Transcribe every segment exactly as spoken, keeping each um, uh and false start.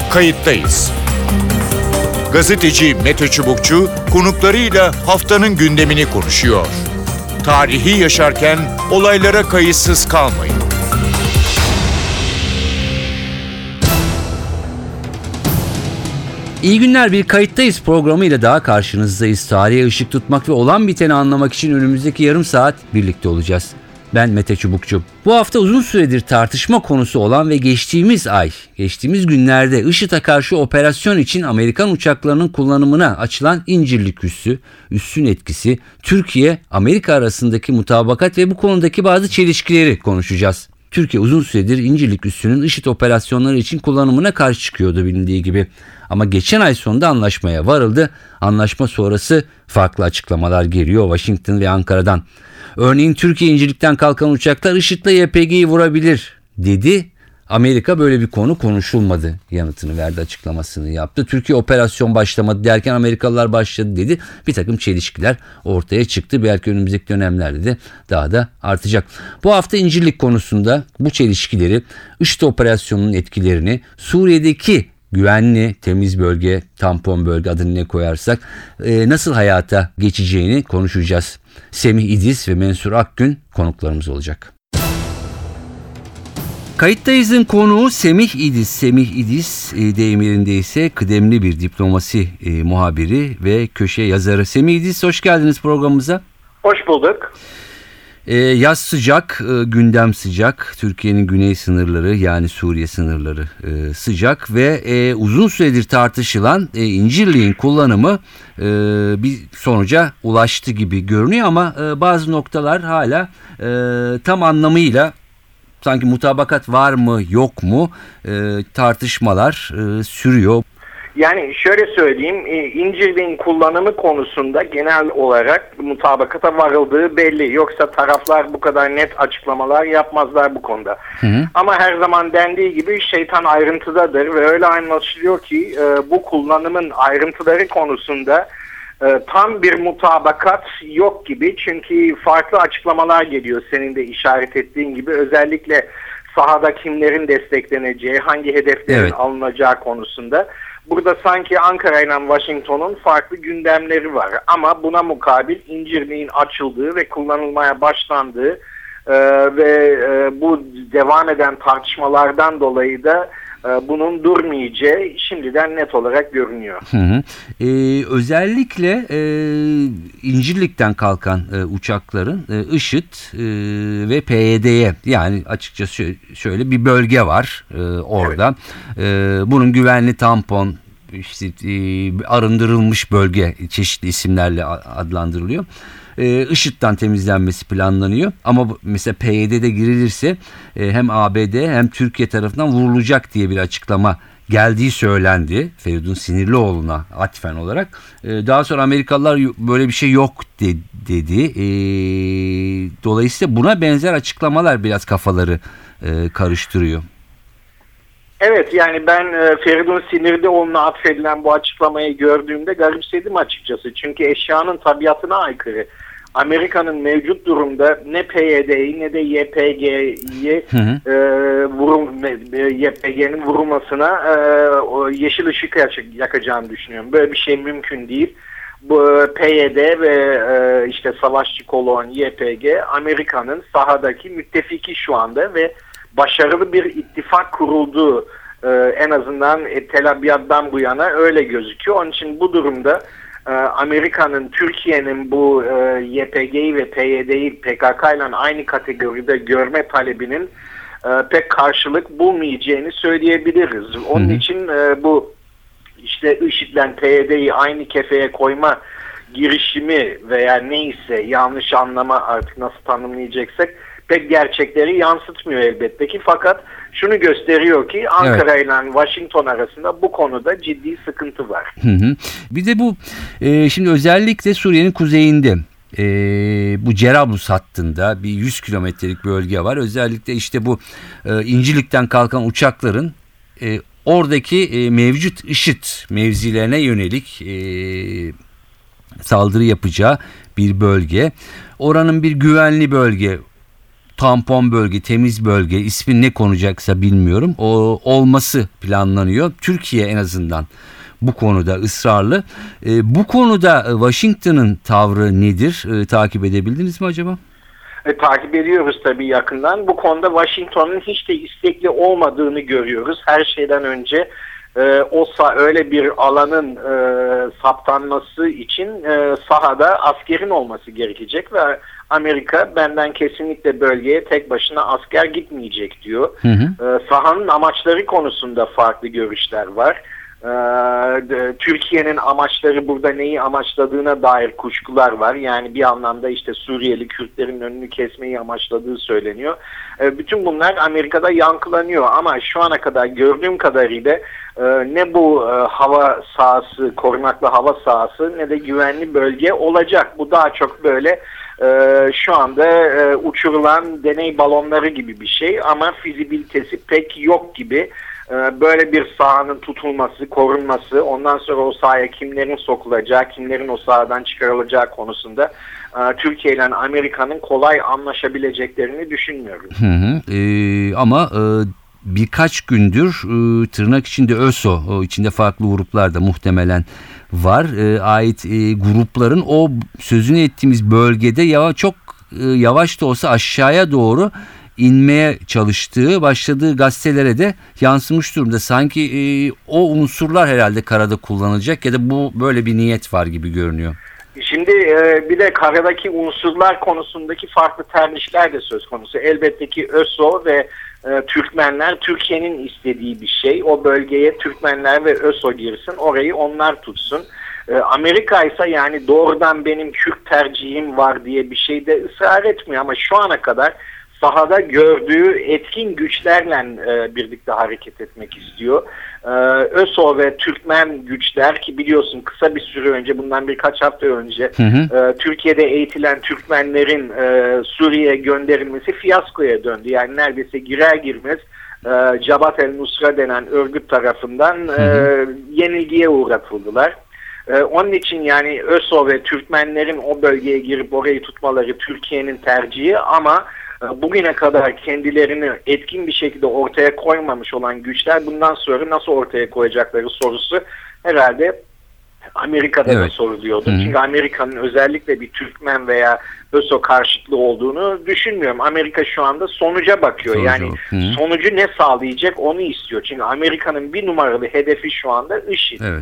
Kayıttayız. Gazeteci Mete Çubukçu konuklarıyla haftanın gündemini konuşuyor. Tarihi yaşarken olaylara kayıtsız kalmayın. İyi günler, bir Kayıttayız programı ile daha karşınızdayız. Tarihe ışık tutmak ve olan biteni anlamak için önümüzdeki yarım saat birlikte olacağız. Ben Mete Çubukçu. Bu hafta uzun süredir tartışma konusu olan ve geçtiğimiz ay, geçtiğimiz günlerde IŞİD'e karşı operasyon için Amerikan uçaklarının kullanımına açılan İncirlik Üssü, üssün etkisi, Türkiye-Amerika arasındaki mutabakat ve bu konudaki bazı çelişkileri konuşacağız. Türkiye uzun süredir İncirlik Üssü'nün IŞİD operasyonları için kullanımına karşı çıkıyordu bilindiği gibi. Ama geçen ay sonunda anlaşmaya varıldı. Anlaşma sonrası farklı açıklamalar geliyor Washington ve Ankara'dan. Örneğin Türkiye İncirlik'ten kalkan uçaklar IŞİD'le Y P G'yi vurabilir dedi. Amerika böyle bir konu konuşulmadı yanıtını verdi, açıklamasını yaptı. Türkiye operasyon başlamadı derken Amerikalılar başladı dedi. Bir takım çelişkiler ortaya çıktı. Belki önümüzdeki dönemlerde de daha da artacak. Bu hafta İncirlik konusunda bu çelişkileri, IŞİD operasyonunun etkilerini, Suriye'deki güvenli, temiz bölge, tampon bölge adını ne koyarsak e, nasıl hayata geçeceğini konuşacağız. Semih İdiz ve Mensur Akgün konuklarımız olacak. Kayıttayız'ın konuğu Semih İdiz. Semih İdiz e, deyim yerindeyse kıdemli bir diplomasi e, muhabiri ve köşe yazarı. Semih İdiz, hoş geldiniz programımıza. Hoş bulduk. E, yaz sıcak, e, gündem sıcak. Türkiye'nin güney sınırları yani Suriye sınırları e, sıcak ve e, uzun süredir tartışılan e, İncirlik'in kullanımı e, bir sonuca ulaştı gibi görünüyor ama e, bazı noktalar hala e, tam anlamıyla sanki mutabakat var mı yok mu e, tartışmalar e, sürüyor. Yani şöyle söyleyeyim, İncirlik'in kullanımı konusunda genel olarak mutabakata varıldığı belli. Yoksa taraflar bu kadar net açıklamalar yapmazlar bu konuda. Hı hı. Ama her zaman dendiği gibi şeytan ayrıntıdadır ve öyle anlaşılıyor ki bu kullanımın ayrıntıları konusunda tam bir mutabakat yok gibi. Çünkü farklı açıklamalar geliyor senin de işaret ettiğin gibi. Özellikle sahada kimlerin destekleneceği, hangi hedeflerin evet. alınacağı konusunda. Burada sanki Ankara ile Washington'un farklı gündemleri var. Ama buna mukabil İncirlik'in açıldığı ve kullanılmaya başlandığı e, ve e, bu devam eden tartışmalardan dolayı da e, bunun durmayacağı şimdiden net olarak görünüyor. Hı hı. Ee, özellikle e, İncirlik'ten kalkan e, uçakların e, IŞİD e, ve P Y D'ye yani açıkçası şöyle bir bölge var e, orada. Evet. E, bunun güvenli tampon, işte e, arındırılmış bölge çeşitli isimlerle adlandırılıyor. E, IŞİD'den temizlenmesi planlanıyor. Ama mesela P Y D'de girilirse e, hem A B D hem Türkiye tarafından vurulacak diye bir açıklama geldiği söylendi. Feridun Sinirlioğlu'na atfen olarak. E, daha sonra Amerikalılar böyle bir şey yok de, dedi. E, dolayısıyla buna benzer açıklamalar biraz kafaları e, karıştırıyor. Evet, yani ben e, Feridun Sinirlioğlu'na atfedilen bu açıklamayı gördüğümde garipsedim açıkçası. Çünkü eşyanın tabiatına aykırı. Amerika'nın mevcut durumda ne P Y D'yi ne de Y P G'yi e, vurum, Y P G'nin vurulmasına e, yeşil ışık yakacağını düşünüyorum. Böyle bir şey mümkün değil. Bu P Y D ve e, işte savaşçı kolon Y P G Amerika'nın sahadaki müttefiki şu anda ve başarılı bir ittifak kurulduğu e, en azından e, Tel Abyad'dan bu yana öyle gözüküyor. Onun için bu durumda e, Amerika'nın, Türkiye'nin bu e, Y P G'yi ve P Y D'yi P K K ile aynı kategoride görme talebinin e, pek karşılık bulmayacağını söyleyebiliriz. Onun hı hı. için e, bu işte IŞİD'le P Y D'yi aynı kefeye koyma girişimi veya neyse yanlış anlama artık nasıl tanımlayacaksak pek gerçekleri yansıtmıyor elbette ki, fakat şunu gösteriyor ki Ankara evet. ile Washington arasında bu konuda ciddi sıkıntı var. Hı hı. Bir de bu e, şimdi özellikle Suriye'nin kuzeyinde e, bu Cerablus hattında bir yüz kilometrelik bölge var. Özellikle işte bu e, İncirlik'ten kalkan uçakların e, oradaki e, mevcut IŞİD mevzilerine yönelik e, saldırı yapacağı bir bölge. Oranın bir güvenli bölge tampon bölge, temiz bölge, ismi ne konacaksa bilmiyorum, o olması planlanıyor. Türkiye en azından bu konuda ısrarlı. E, bu konuda Washington'ın tavrı nedir? E, takip edebildiniz mi acaba? E, takip ediyoruz tabii yakından. Bu konuda Washington'un hiç de istekli olmadığını görüyoruz. Her şeyden önce e, o öyle bir alanın e, saptanması için e, sahada askerin olması gerekecek ve Amerika benden kesinlikle bölgeye tek başına asker gitmeyecek diyor. Hı hı. E, sahanın amaçları konusunda farklı görüşler var. Türkiye'nin amaçları burada neyi amaçladığına dair kuşkular var. Yani bir anlamda işte Suriyeli Kürtlerin önünü kesmeyi amaçladığı söyleniyor. Bütün bunlar Amerika'da yankılanıyor ama şu ana kadar gördüğüm kadarıyla ne bu hava sahası, korunaklı hava sahası ne de güvenli bölge olacak. Bu daha çok böyle şu anda uçurulan deney balonları gibi bir şey ama fizibilitesi pek yok gibi. Böyle bir sahanın tutulması, korunması, ondan sonra o sahaya kimlerin sokulacağı, kimlerin o sahadan çıkarılacağı konusunda Türkiye ile Amerika'nın kolay anlaşabileceklerini düşünmüyorum. Hı hı. Ee, ama e, birkaç gündür e, tırnak içinde ÖSO, o içinde farklı gruplar da muhtemelen var. E, ait e, grupların o sözünü ettiğimiz bölgede ya çok e, yavaş da olsa aşağıya doğru inmeye çalıştığı, başladığı gazetelere de yansımış durumda. Sanki e, o unsurlar herhalde karada kullanılacak ya da bu böyle bir niyet var gibi görünüyor. Şimdi e, bir de karadaki unsurlar konusundaki farklı tercihler de söz konusu. Elbette ki ÖSO ve e, Türkmenler Türkiye'nin istediği bir şey. O bölgeye Türkmenler ve ÖSO girsin, orayı onlar tutsun. E, Amerika ise yani doğrudan benim Kürt tercihim var diye bir şey de ısrar etmiyor ama şu ana kadar sahada gördüğü etkin güçlerle e, birlikte hareket etmek istiyor. E, ÖSO ve Türkmen güçler ki biliyorsun kısa bir süre önce, bundan birkaç hafta önce hı hı. E, Türkiye'de eğitilen Türkmenlerin e, Suriye'ye gönderilmesi fiyaskoya döndü. Yani neredeyse girer girmez e, Jabhat el-Nusra denen örgüt tarafından e, hı hı. yenilgiye uğratıldılar. E, onun için yani ÖSO ve Türkmenlerin o bölgeye girip orayı tutmaları Türkiye'nin tercihi ama bugüne kadar kendilerini etkin bir şekilde ortaya koymamış olan güçler bundan sonra nasıl ortaya koyacakları sorusu herhalde Amerika'da evet. da soruluyordu. Hı-hı. Çünkü Amerika'nın özellikle bir Türkmen veya ÖSO karşıtlığı olduğunu düşünmüyorum. Amerika şu anda sonuca bakıyor. Sonucu. Yani Hı-hı. sonucu ne sağlayacak onu istiyor. Çünkü Amerika'nın bir numaralı hedefi şu anda IŞİD. Evet.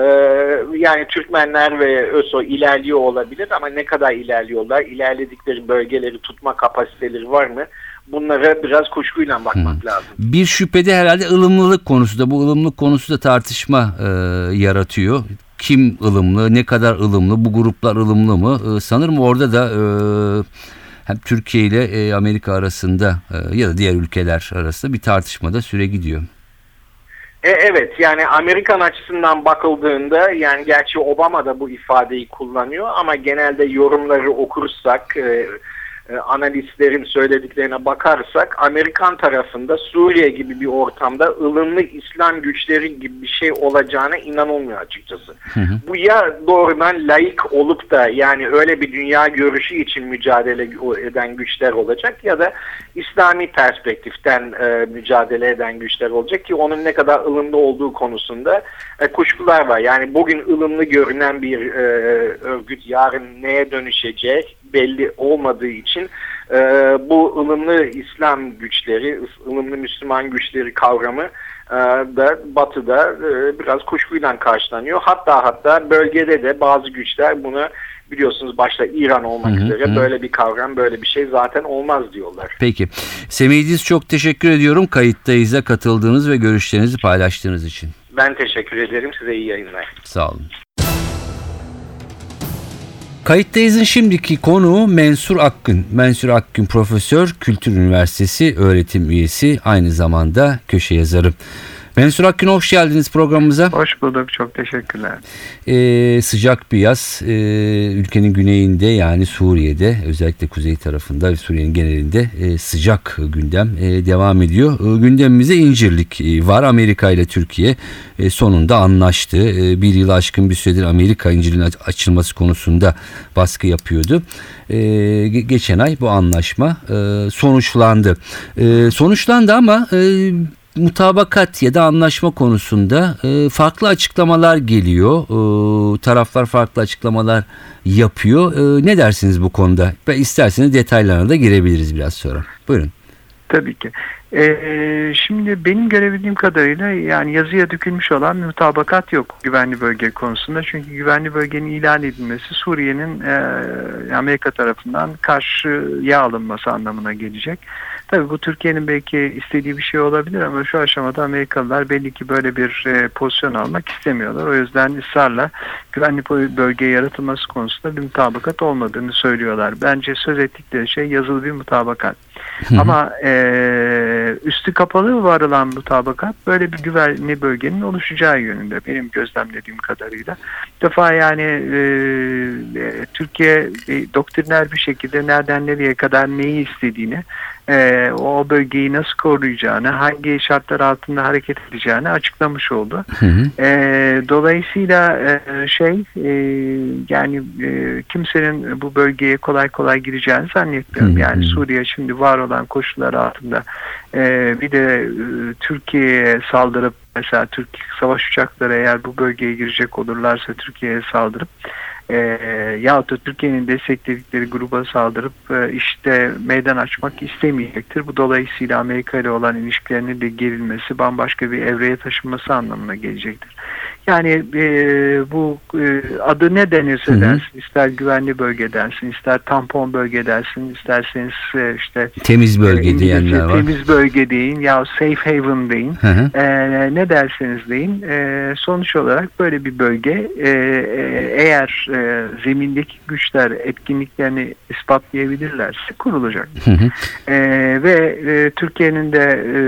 Ee, yani Türkmenler ve ÖSO ilerliyor olabilir ama ne kadar ilerliyorlar? İlerledikleri bölgeleri tutma kapasiteleri var mı? Bunlara biraz kuşkuyla bakmak hmm. lazım. Bir şüphede herhalde ılımlılık konusu da, bu ılımlılık konusu da tartışma e, yaratıyor. Kim ılımlı, ne kadar ılımlı, bu gruplar ılımlı mı? E, sanırım orada da e, hem Türkiye ile e, Amerika arasında e, ya da diğer ülkeler arasında bir tartışmada süre gidiyor. E, evet yani Amerikan açısından bakıldığında yani gerçi Obama da bu ifadeyi kullanıyor ama genelde yorumları okursak e, analistlerin söylediklerine bakarsak Amerikan tarafında Suriye gibi bir ortamda ılımlı İslam güçleri gibi bir şey olacağına inanılmıyor açıkçası. Hı hı. Bu ya doğrudan laik olup da yani öyle bir dünya görüşü için mücadele eden güçler olacak ya da İslami perspektiften e, mücadele eden güçler olacak ki onun ne kadar ılımlı olduğu konusunda e, kuşkular var. Yani bugün ılımlı görünen bir e, örgüt yarın neye dönüşecek belli olmadığı için e, bu ılımlı İslam güçleri, ılımlı Müslüman güçleri kavramı e, da Batı'da e, biraz kuşkuyla karşılanıyor. Hatta hatta bölgede de bazı güçler buna biliyorsunuz başta İran olmak hı hı, üzere hı. böyle bir kavram, böyle bir şey zaten olmaz diyorlar. Peki. Semih İdiz, çok teşekkür ediyorum kayıttayız'a katıldığınız ve görüşlerinizi paylaştığınız için. Ben teşekkür ederim. Size iyi yayınlar. Sağ olun. Kayıttayız'ın şimdiki konuğu Mensur Akgün. Mensur Akgün Profesör, Kültür Üniversitesi öğretim üyesi, aynı zamanda köşe yazarı. Mensur Akgün, hoş geldiniz programımıza. Hoş bulduk. Çok teşekkürler. Ee, sıcak bir yaz. Ee, ülkenin güneyinde, yani Suriye'de, özellikle kuzey tarafında ve Suriye'nin genelinde e, sıcak gündem e, devam ediyor. E, gündemimizde incirlik e, var. Amerika ile Türkiye e, sonunda anlaştı. E, bir yıl aşkın bir süredir Amerika incirliğin açılması konusunda baskı yapıyordu. E, geçen ay bu anlaşma e, sonuçlandı. E, sonuçlandı ama e, mutabakat ya da anlaşma konusunda e, farklı açıklamalar geliyor. E, taraflar farklı açıklamalar yapıyor. E, ne dersiniz bu konuda? Ve isterseniz detaylarına da girebiliriz biraz sonra. Buyurun. Tabii ki. Ee, şimdi benim görebildiğim kadarıyla yani yazıya dökülmüş olan bir mutabakat yok güvenli bölge konusunda. Çünkü güvenli bölgenin ilan edilmesi Suriye'nin e, Amerika tarafından karşıya alınması anlamına gelecek. Tabii bu Türkiye'nin belki istediği bir şey olabilir ama şu aşamada Amerikalılar belli ki böyle bir e, pozisyon almak istemiyorlar. O yüzden ısrarla güvenli bölge yaratılması konusunda bir mutabakat olmadığını söylüyorlar. Bence söz ettikleri şey yazılı bir mutabakat. Hı hı. Ama e, üstü kapalı varılan mutabakat böyle bir güvenli bölgenin oluşacağı yönünde benim gözlemlediğim kadarıyla. Bir defa yani e, e, Türkiye e, doktriner bir şekilde nereden nereye kadar neyi istediğini, e, o bölgeyi nasıl koruyacağını, hangi şartlar altında hareket edeceğini açıklamış oldu. Hı hı. E, dolayısıyla e, şey e, yani e, kimsenin bu bölgeye kolay kolay gireceğini zannetmiyorum. Hı hı. Yani Suriye şimdi var olan koşullar altında e, bir de e, Türkiye'ye saldırıp mesela Türk savaş uçakları eğer bu bölgeye girecek olurlarsa Türkiye'ye saldırıp e, yahut da Türkiye'nin destekledikleri gruba saldırıp e, işte meydan açmak istemeyecektir. Bu dolayısıyla Amerika ile olan ilişkilerinin de gerilmesi, bambaşka bir evreye taşınması anlamına gelecektir. Yani e, bu e, adı ne denirse dersin, ister güvenli bölge dersin, ister tampon bölge dersin, isterseniz e, işte temiz bölge e, diyenler var. Temiz bölge deyin ya safe haven deyin. Hı hı. E, ne derseniz deyin. E, sonuç olarak böyle bir bölge e, e, eğer e, zemindeki güçler etkinliklerini ispatlayabilirlerse kurulacak. Hı hı. E, ve e, Türkiye'nin de e,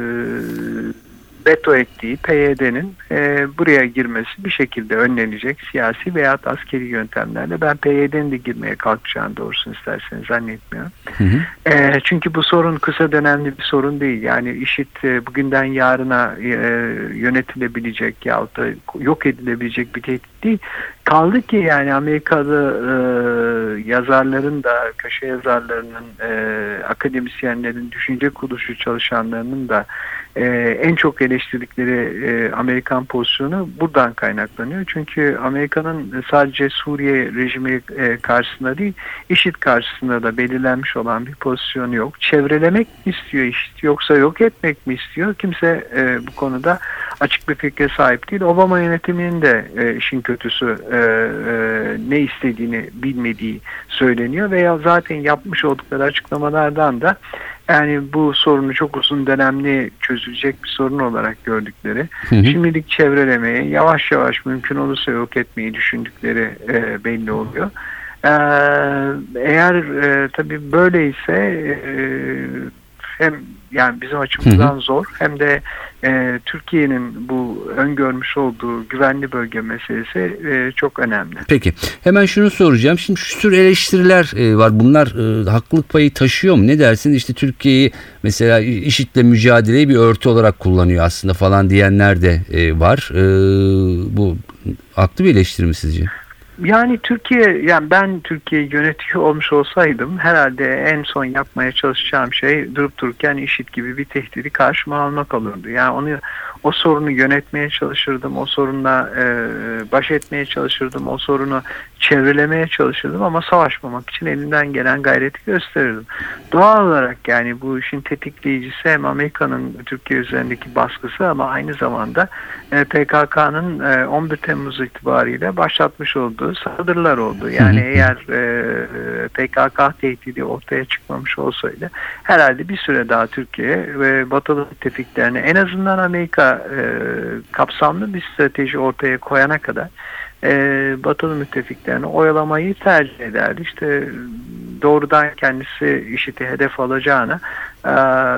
veto ettiği P Y D'nin e, buraya girmesi bir şekilde önlenecek siyasi veya askeri yöntemlerle. Ben P Y D'nin de girmeye kalkacağını doğrusunu isterseniz zannetmiyorum. Hı hı. E, çünkü bu sorun kısa dönemli bir sorun değil. Yani IŞİD e, bugünden yarına e, yönetilebilecek yahut da yok edilebilecek bir tehdit değil. Kaldı ki yani Amerikalı e, yazarların da, köşe yazarlarının, e, akademisyenlerin, düşünce kuruluşu çalışanlarının da e, en çok eleştirdikleri e, Amerikan pozisyonu buradan kaynaklanıyor. Çünkü Amerika'nın sadece Suriye rejimi e, karşısında değil, IŞİD karşısında da belirlenmiş olan bir pozisyonu yok. Çevrelemek mi istiyor IŞİD yoksa yok etmek mi istiyor? Kimse e, bu konuda açık bir fikre sahip değil. Obama yönetiminin de e, işin kötüsü e, e, ne istediğini bilmediği söyleniyor veya zaten yapmış oldukları açıklamalardan da yani bu sorunu çok uzun dönemli çözülecek bir sorun olarak gördükleri, hı hı. şimdilik çevrelemeyi, yavaş yavaş mümkün olursa yok etmeyi düşündükleri e, belli oluyor. E, eğer e, tabii böyleyse e, hem yani bizim açımızdan hı hı. zor hem de e, Türkiye'nin bu öngörmüş olduğu güvenli bölge meselesi e, çok önemli. Peki hemen şunu soracağım. Şimdi şu tür eleştiriler e, var. Bunlar e, haklılık payı taşıyor mu? Ne dersiniz? İşte Türkiye'yi mesela IŞİD'le mücadeleyi bir örtü olarak kullanıyor aslında falan diyenler de e, var. E, bu haklı bir eleştiri mi sizce? Yani Türkiye, yani ben Türkiye'yi yönetiyor olmuş olsaydım herhalde en son yapmaya çalışacağım şey durup dururken IŞİD gibi bir tehdidi karşıma almak olurdu. Yani onu o sorunu yönetmeye çalışırdım, o sorunla e, baş etmeye çalışırdım, o sorunu çevrelemeye çalışırdım ama savaşmamak için elinden gelen gayreti gösterirdim. Doğal olarak yani bu işin tetikleyicisi hem Amerika'nın Türkiye üzerindeki baskısı ama aynı zamanda e, P K K'nın e, on bir Temmuz itibariyle başlatmış olduğu saldırılar oldu. Yani eğer e, P K K tehdidi ortaya çıkmamış olsaydı herhalde bir süre daha Türkiye ve Batılı müttefiklerine en azından Amerika e, kapsamlı bir strateji ortaya koyana kadar e, Batılı müttefiklerini oyalamayı tercih ederdi. İşte doğrudan kendisi IŞİD'i hedef alacağına e,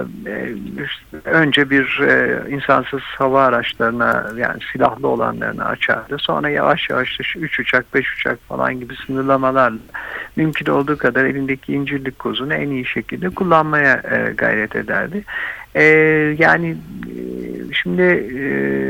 önce bir e, insansız hava araçlarına, yani silahlı olanlarına açardı. Sonra yavaş yavaş üç uçak, beş uçak falan gibi sınırlamalarla mümkün olduğu kadar elindeki incirlik kozunu en iyi şekilde kullanmaya e, gayret ederdi. E, yani e, şimdi e,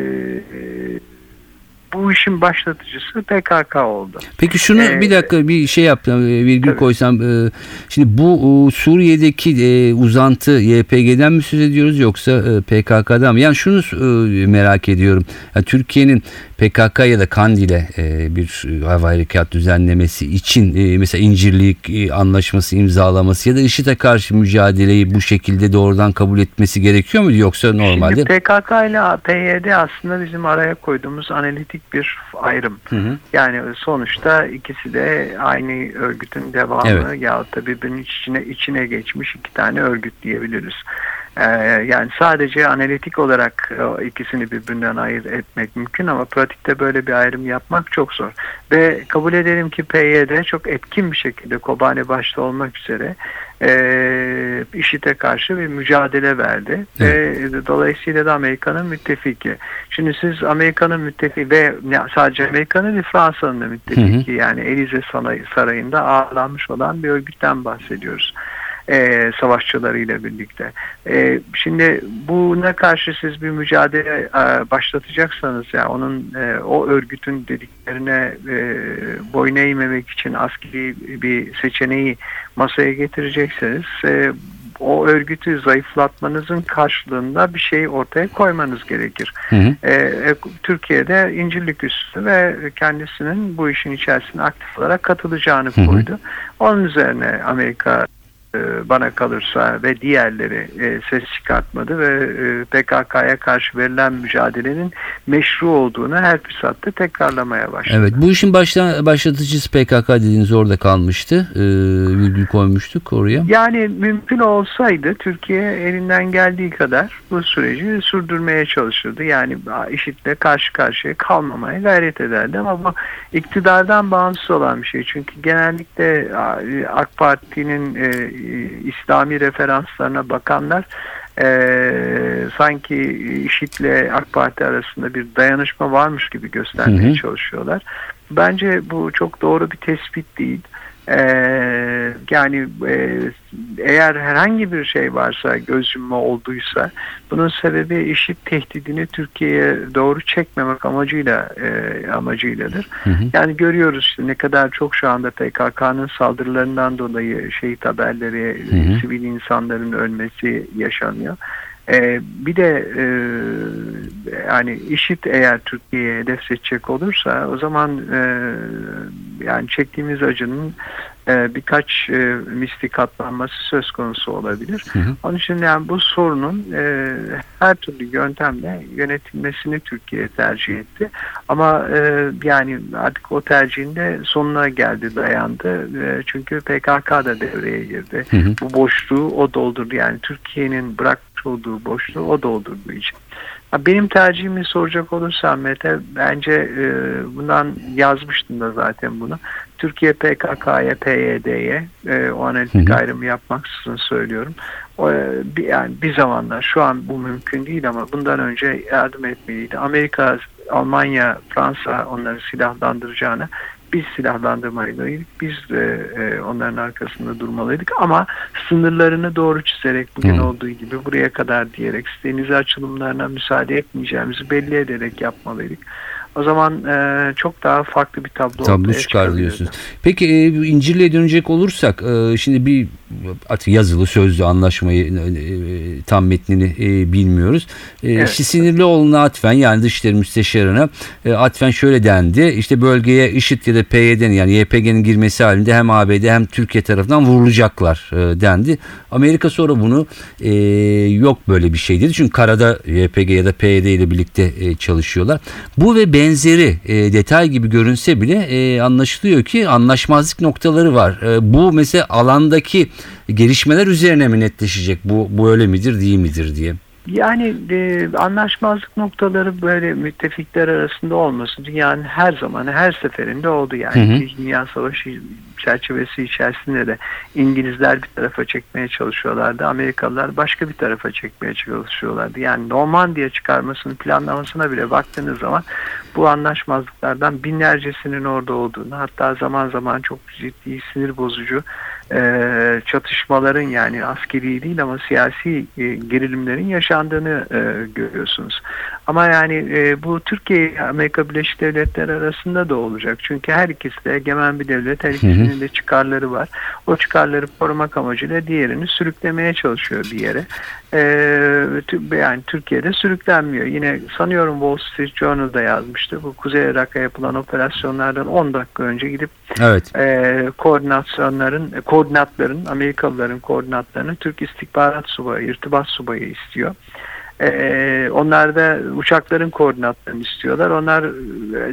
bu işin başlatıcısı P K K oldu. Peki şunu Ee, bir dakika bir şey yaptım, virgül tabii. koysam. Ee, Şimdi bu e, Suriye'deki e, uzantı Y P G'den mi söz ediyoruz yoksa e, P K K'dan mı? Yani şunu e, merak ediyorum. Yani Türkiye'nin P K K ya da Kandil'e e, bir hava harekat düzenlemesi için e, mesela İncirlik e, anlaşması imzalaması ya da IŞİD'e karşı mücadeleyi bu şekilde doğrudan kabul etmesi gerekiyor mu, yoksa normalde? Şimdi P K K ile P Y D aslında bizim araya koyduğumuz analitik bir ayrım. Hı hı. Yani sonuçta ikisi de aynı örgütün devamı, Evet. yahut da birbirinin içine içine geçmiş iki tane örgüt diyebiliriz. Ee, yani sadece analitik olarak o ikisini birbirinden ayırt etmek mümkün ama pratikte böyle bir ayrım yapmak çok zor. Ve kabul edelim ki P Y D çok etkin bir şekilde Kobane başta olmak üzere e, IŞİD'e karşı bir mücadele verdi. Evet. Ve dolayısıyla da Amerika'nın müttefiki. Şimdi siz Amerika'nın müttefiki ve sadece Amerika'nın değil, Fransa'nın da müttefiki, hı hı. yani Elize Sarayı'nda ağırlanmış olan bir örgütten bahsediyoruz. E, savaşçılarıyla birlikte. E, şimdi buna karşı siz bir mücadele e, başlatacaksanız, yani onun e, o örgütün dediklerine e, boyun eğmemek için askeri bir seçeneği masaya getirecekseniz e, o örgütü zayıflatmanızın karşılığında bir şey ortaya koymanız gerekir. Hı hı. E, Türkiye'de İncirlik üssü ve kendisinin bu işin içerisine aktif olarak katılacağını hı hı. koydu. Onun üzerine Amerika bana kalırsa ve diğerleri ses çıkartmadı ve P K K'ya karşı verilen mücadelenin meşru olduğunu her fırsatta tekrarlamaya başladı. Evet, bu işin başla, başlatıcısı P K K dediğiniz orada kalmıştı. Ee, virgül koymuştuk oraya. Yani mümkün olsaydı Türkiye elinden geldiği kadar bu süreci sürdürmeye çalışırdı. Yani IŞİD'le karşı karşıya kalmamaya gayret ederdi ama bu iktidardan bağımsız olan bir şey. Çünkü genellikle AK Parti'nin e, İslami referanslarına bakanlar e, sanki IŞİD'le AK Parti arasında bir dayanışma varmış gibi göstermeye hı hı. çalışıyorlar. Bence bu çok doğru bir tespit değil. Ee, yani e, eğer herhangi bir şey varsa, göz yumma olduysa, bunun sebebi IŞİD tehdidini Türkiye'ye doğru çekmemek amacıyla e, amacıyladır. Hı hı. Yani görüyoruz işte ne kadar çok şu anda P K K'nın saldırılarından dolayı şehit haberleri, hı hı. sivil insanların ölmesi yaşanıyor. Ee, bir de e, yani IŞİD eğer Türkiye'ye hedef seçecek olursa o zaman e, yani çektiğimiz acının e, birkaç e, misli katlanması söz konusu olabilir. Hı hı. Onun için yani bu sorunun e, her türlü yöntemle yönetilmesini Türkiye tercih etti. Ama e, yani artık o tercihinde sonuna geldi, dayandı. E, çünkü P K K da devreye girdi. Hı hı. Bu boşluğu o doldurdu. Yani Türkiye'nin bırakmış olduğu boşluğu o doldurduğu için. Benim tercihimi soracak olursam Mete, bence e, bundan yazmıştım da zaten bunu. Türkiye P K K'ya, P Y D'ye e, o analitik ayrımı yapmaksızın söylüyorum. O, bir, yani bir zamanlar, şu an bu mümkün değil ama bundan önce yardım etmeliydi. Amerika, Almanya, Fransa onları silahlandıracağına biz silahlandırmalıydık. Biz de e, onların arkasında durmalıydık ama sınırlarını doğru çizerek, bugün hmm. olduğu gibi buraya kadar diyerek, deniz açılımlarına müsaade etmeyeceğimizi belli ederek yapmalıydık. O zaman e, çok daha farklı bir tablo, tablo çıkar diyorsunuz. Peki e, İncirli'ye dönecek olursak, e, şimdi bir artık yazılı sözlü anlaşmayı e, tam metnini e, bilmiyoruz. E, evet. İşte Sinirlioğlu'na atfen, yani Dışişleri Müsteşarı'na e, atfen şöyle dendi. İşte bölgeye IŞİD ya da P Y D'nin, yani Y P G'nin girmesi halinde hem A B D hem Türkiye tarafından vurulacaklar e, dendi. Amerika sonra bunu e, yok böyle bir şey dedi. Çünkü karada Y P G ya da P Y D ile birlikte e, çalışıyorlar. Bu ve benzeri e, detay gibi görünse bile e, anlaşılıyor ki anlaşmazlık noktaları var. E, bu mesela alandaki gelişmeler üzerine mi netleşecek? Bu, bu öyle midir, değil midir diye. Yani e, anlaşmazlık noktaları böyle müttefikler arasında olması dünyanın her zaman, her seferinde oldu. Yani hı hı. İkinci Dünya Savaşı çerçevesi içerisinde de İngilizler bir tarafa çekmeye çalışıyorlardı. Amerikalılar başka bir tarafa çekmeye çalışıyorlardı. Yani Normandiya çıkarmasının planlamasına bile baktığınız zaman bu anlaşmazlıklardan binlercesinin orada olduğunu, hatta zaman zaman çok ciddi sinir bozucu e, çatışmaların, yani askeri değil ama siyasi e, gerilimlerin yaşandığını e, görüyorsunuz. Ama yani e, bu Türkiye Amerika Birleşik Devletleri arasında da olacak. Çünkü her ikisi de egemen bir devlet, her ikisinin de çıkarları var. O çıkarları korumak amacıyla diğerini sürüklemeye çalışıyor bir yere. E, yani Türkiye'de sürüklenmiyor. Yine sanıyorum Wall Street Journal'da yazmıştı. Bu Kuzey Irak'a yapılan operasyonlardan on dakika önce gidip Evet. e, koordinasyonların, koordinatların, Amerikalıların koordinatlarını Türk İstihbarat Subayı, irtibat subayı istiyor. Ee, onlar da uçakların koordinatlarını istiyorlar. Onlar e,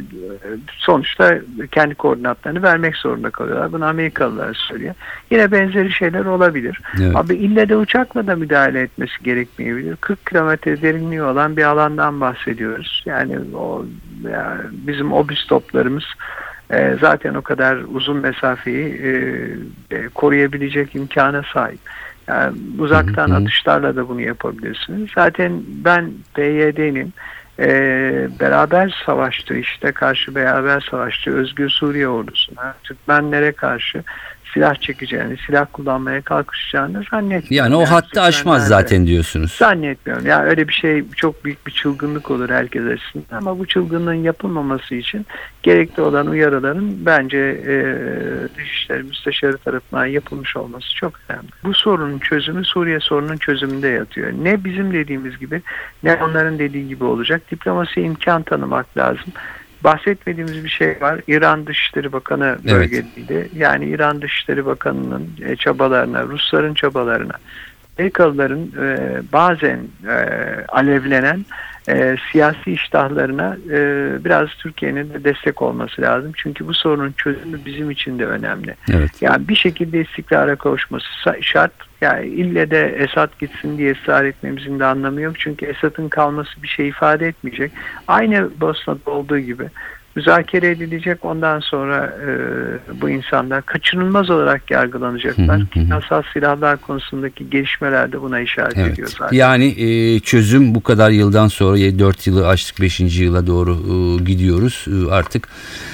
sonuçta kendi koordinatlarını vermek zorunda kalıyorlar. Bunu Amerikalılar söylüyor. Yine benzeri şeyler olabilir. Evet. Abi ille de uçakla da müdahale etmesi gerekmeyebilir. kırk kilometre derinliği olan bir alandan bahsediyoruz. Yani o yani bizim obüs toplarımız e, zaten o kadar uzun mesafeyi e, e, koruyabilecek imkana sahip. Yani uzaktan hı hı. atışlarla da bunu yapabilirsiniz. Zaten ben P Y D'nin e, beraber savaştığı, işte karşı beraber savaştığı Özgür Suriye ordusuna, Türkmenlere karşı silah çekeceğini, silah kullanmaya kalkışacağını zannetmiyorum. Yani o hattı aşmaz zaten diyorsunuz. Zannetmiyorum. Yani öyle bir şey çok büyük bir çılgınlık olur herkes açısından, ama bu çılgınlığın yapılmaması için gerekli olan uyarıların bence e, Dışişleri Müsteşarı tarafından yapılmış olması çok önemli. Bu sorunun çözümü Suriye sorunun çözümünde yatıyor. Ne bizim dediğimiz gibi ne onların dediği gibi olacak. Diplomasiye imkan tanımak lazım. Bahsetmediğimiz bir şey var. İran Dışişleri Bakanı bölgedeydi. Evet. Yani İran Dışişleri Bakanı'nın çabalarına, Rusların çabalarına, Amerikalıların e, bazen e, alevlenen e, siyasi iştahlarına e, biraz Türkiye'nin de destek olması lazım. Çünkü bu sorunun çözümü bizim için de önemli. Evet. Yani bir şekilde istikrara kavuşması şart. Yani ille de Esad gitsin diye ısrar etmemizin de anlamı yok. Çünkü Esad'ın kalması bir şey ifade etmeyecek. Aynı Bosna'da olduğu gibi müzakere edilecek. Ondan sonra e, bu insanlar kaçınılmaz olarak yargılanacaklar. Kimyasal silahlar konusundaki gelişmeler de buna işaret evet. ediyor zaten. Yani e, çözüm bu kadar yıldan sonra dört yılı aştık, beşinci yıla doğru e, gidiyoruz. E, artık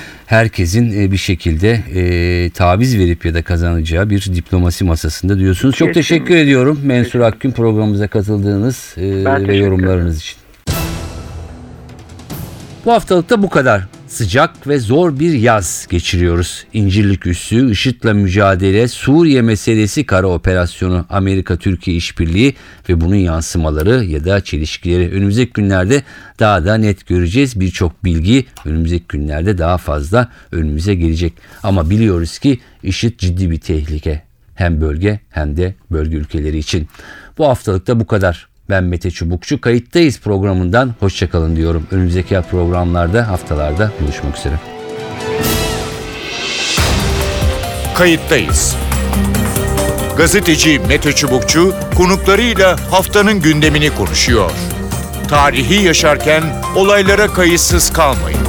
herkesin bir şekilde e, taviz verip ya da kazanacağı bir diplomasi masasında diyorsunuz. Çok Kesinlikle. teşekkür ediyorum Mensur Akgün, programımıza katıldığınız e, ve yorumlarınız için. Bu haftalıkta bu kadar. Sıcak ve zor bir yaz geçiriyoruz. İncirlik Üssü, IŞİD'le mücadele, Suriye meselesi, kara operasyonu, Amerika-Türkiye işbirliği ve bunun yansımaları ya da çelişkileri önümüzdeki günlerde daha da net göreceğiz. Birçok bilgi önümüzdeki günlerde daha fazla önümüze gelecek. Ama biliyoruz ki IŞİD ciddi bir tehlike. Hem bölge hem de bölge ülkeleri için. Bu haftalıkta bu kadar. Ben Mete Çubukçu. Kayıttayız programından hoşçakalın diyorum. Önümüzdeki programlarda, haftalarda buluşmak üzere. Kayıttayız. Gazeteci Mete Çubukçu konuklarıyla haftanın gündemini konuşuyor. Tarihi yaşarken olaylara kayıtsız kalmayın.